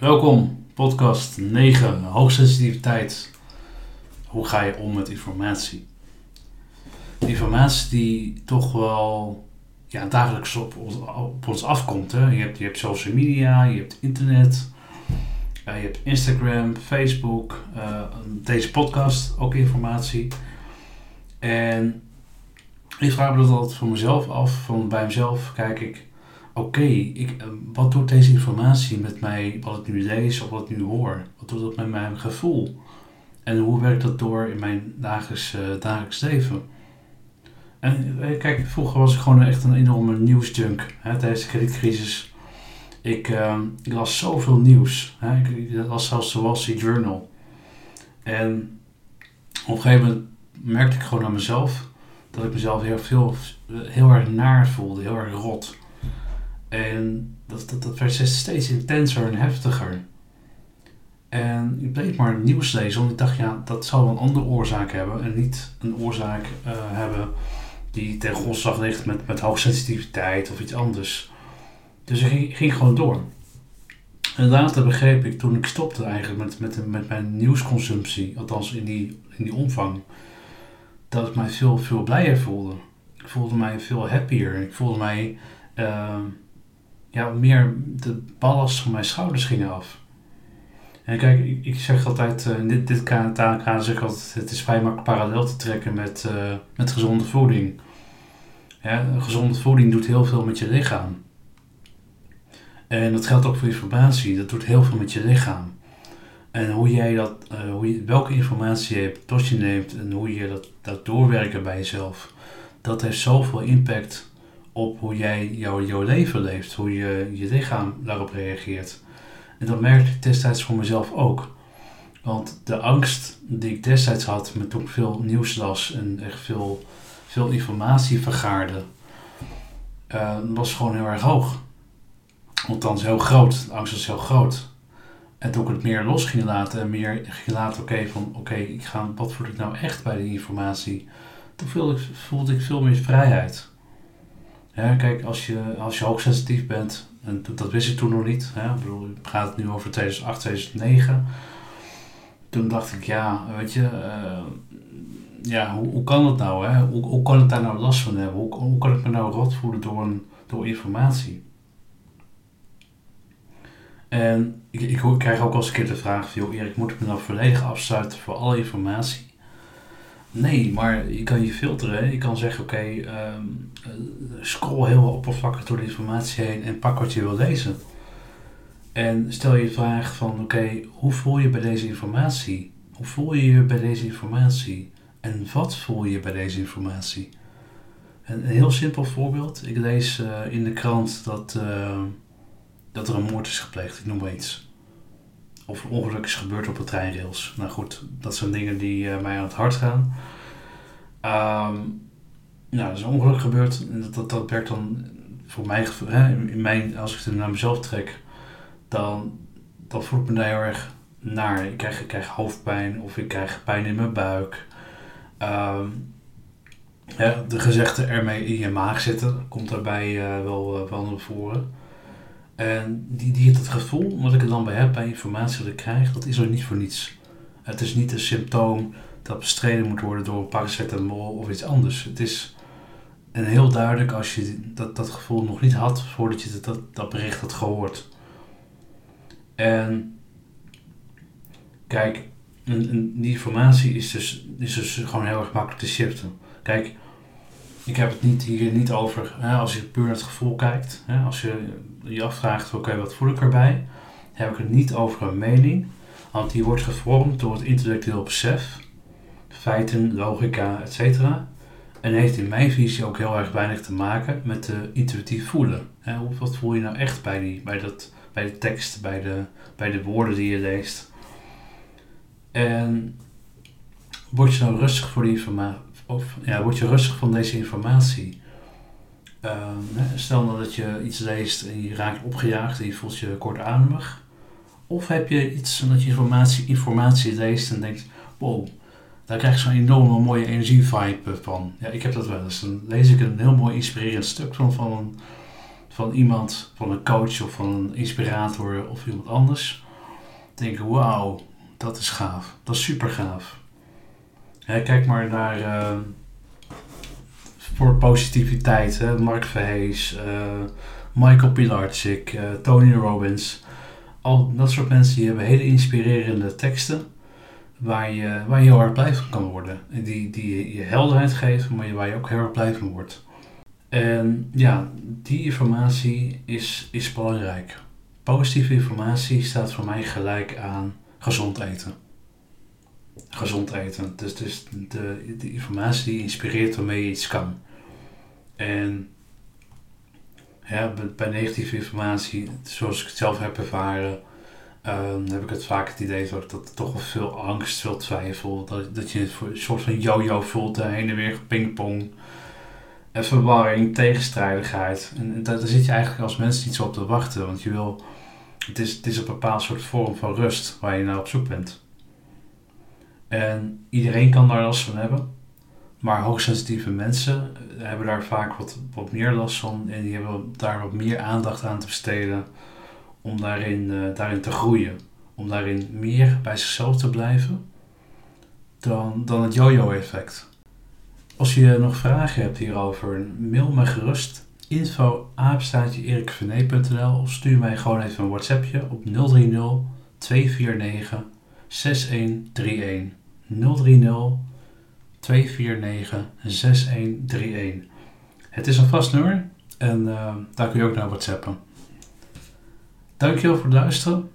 Welkom, podcast 9, hoogsensitiviteit. Hoe ga je om met informatie? Informatie die toch wel dagelijks op ons afkomt. Hè? Je hebt social media, je hebt internet, je hebt Instagram, Facebook, deze podcast, ook informatie. En ik vraag me dat altijd voor mezelf af, bij mezelf kijk ik, wat doet deze informatie met mij, wat ik nu lees of wat ik nu hoor? Wat doet dat met mijn gevoel? En hoe werkt dat door in mijn dagelijks leven? En kijk, vroeger was ik gewoon echt een enorme nieuwsjunk. Tijdens de kredietcrisis. Ik las zoveel nieuws. Ik las zelfs de Wall Street Journal. En op een gegeven moment merkte ik gewoon aan mezelf dat ik mezelf heel erg naar voelde, heel erg rot. En dat werd steeds intenser en heftiger. En ik bleef maar nieuws lezen, want ik dacht, dat zal wel een andere oorzaak hebben. En niet een oorzaak hebben die ten grondslag ligt met hoogsensitiviteit of iets anders. Dus ik ging gewoon door. En later begreep ik, toen ik stopte eigenlijk met mijn nieuwsconsumptie, althans in die omvang, dat ik mij veel blijer voelde. Ik voelde mij veel happier. Ik voelde mij meer de ballast van mijn schouders gingen af. En kijk, ik zeg altijd, in dit kader zeg ik altijd, het is vrij makkelijk parallel te trekken met gezonde voeding. Gezonde voeding doet heel veel met je lichaam. En dat geldt ook voor informatie, dat doet heel veel met je lichaam. En welke informatie je tot je neemt en hoe je dat doorwerken bij jezelf, dat heeft zoveel impact op hoe jij jouw leven leeft, hoe je lichaam daarop reageert. En dat merkte ik destijds voor mezelf ook. Want de angst die ik destijds had, toen ik veel nieuws las en echt veel informatie vergaarde, was gewoon heel erg hoog. Althans heel groot, de angst was heel groot. En toen ik het meer los ging laten en meer ging laten, wat voel ik nou echt bij die informatie? Toen voelde ik veel meer vrijheid. Kijk, als je hoogsensitief bent, en dat wist ik toen nog niet. Ik bedoel, ik ga het nu over 2008, 2009. Toen dacht ik, hoe kan het nou? Hoe kan ik daar nou last van hebben? Hoe kan ik me nou rot voelen door informatie? En ik krijg ook wel eens een keer de vraag van, Erik, moet ik me nou volledig afsluiten voor alle informatie? Nee, maar je kan je filteren. Je kan zeggen, scroll heel oppervlakkig door de informatie heen en pak wat je wil lezen. En stel je de vraag van, hoe voel je bij deze informatie? Hoe voel je je bij deze informatie? En wat voel je bij deze informatie? En een heel simpel voorbeeld. Ik lees in de krant dat er een moord is gepleegd, ik noem maar iets. Of een ongeluk is gebeurd op de treinrails. Nou goed, dat zijn dingen die mij aan het hart gaan. Er is een ongeluk gebeurd. En dat werkt dan voor mij, als ik het naar mezelf trek, dan voel ik me daar heel erg naar. Ik krijg hoofdpijn of ik krijg pijn in mijn buik. De gezegde ermee in je maag zitten komt daarbij wel naar voren. En die het gevoel wat ik er dan bij heb, bij informatie dat ik krijg, dat is er niet voor niets. Het is niet een symptoom dat bestreden moet worden door paracetamol of iets anders. Het is heel duidelijk als je dat gevoel nog niet had voordat je dat bericht had gehoord. En kijk, die informatie is dus gewoon heel erg makkelijk te shiften. Kijk, ik heb het hier niet over, als je puur naar het gevoel kijkt, als je je afvraagt, wat voel ik erbij, heb ik het niet over een mening, want die wordt gevormd door het intellectueel besef, feiten, logica, etc. En heeft in mijn visie ook heel erg weinig te maken met intuïtief voelen. Wat voel je nou echt bij de tekst, bij de woorden die je leest? En word je nou rustig voor die informatie? Word je rustig van deze informatie? Stel nou dat je iets leest en je raakt opgejaagd en je voelt je kortademig. Of heb je iets dat je informatie leest en denkt, wow, daar krijg je zo'n enorme mooie energievibe van. Ja, ik heb dat wel eens. Dan lees ik een heel mooi inspirerend stuk van iemand, van een coach of van een inspirator of iemand anders. denken, wauw, dat is gaaf. Dat is super gaaf. Kijk maar naar voor positiviteit. Mark Verhees, Michael Pilarczyk, Tony Robbins. Al dat soort mensen die hebben hele inspirerende teksten. Waar je heel erg blij van kan worden. Die je helderheid geven, maar waar je ook heel erg blij van wordt. En ja, die informatie is belangrijk. Positieve informatie staat voor mij gelijk aan gezond eten. Gezond eten. Dus de informatie die inspireert waarmee je iets kan. En bij negatieve informatie, zoals ik het zelf heb ervaren, heb ik het vaak het idee dat er toch wel veel angst, veel twijfel, dat je een soort van yo-yo voelt, heen en weer pingpong, en verwarring, tegenstrijdigheid. En daar zit je eigenlijk als mens niet zo op te wachten, want het is een bepaald soort vorm van rust waar je naar op zoek bent. En iedereen kan daar last van hebben, maar hoogsensitieve mensen hebben daar vaak wat meer last van en die hebben daar wat meer aandacht aan te besteden om daarin te groeien. Om daarin meer bij zichzelf te blijven dan het yo-yo-effect. Als je nog vragen hebt hierover, mail me gerust info@erikvernee.nl of stuur mij gewoon even een WhatsAppje op 030 249 6131. 030 249 6131. Het is een vast nummer en daar kun je ook naar WhatsAppen. Dankjewel voor het luisteren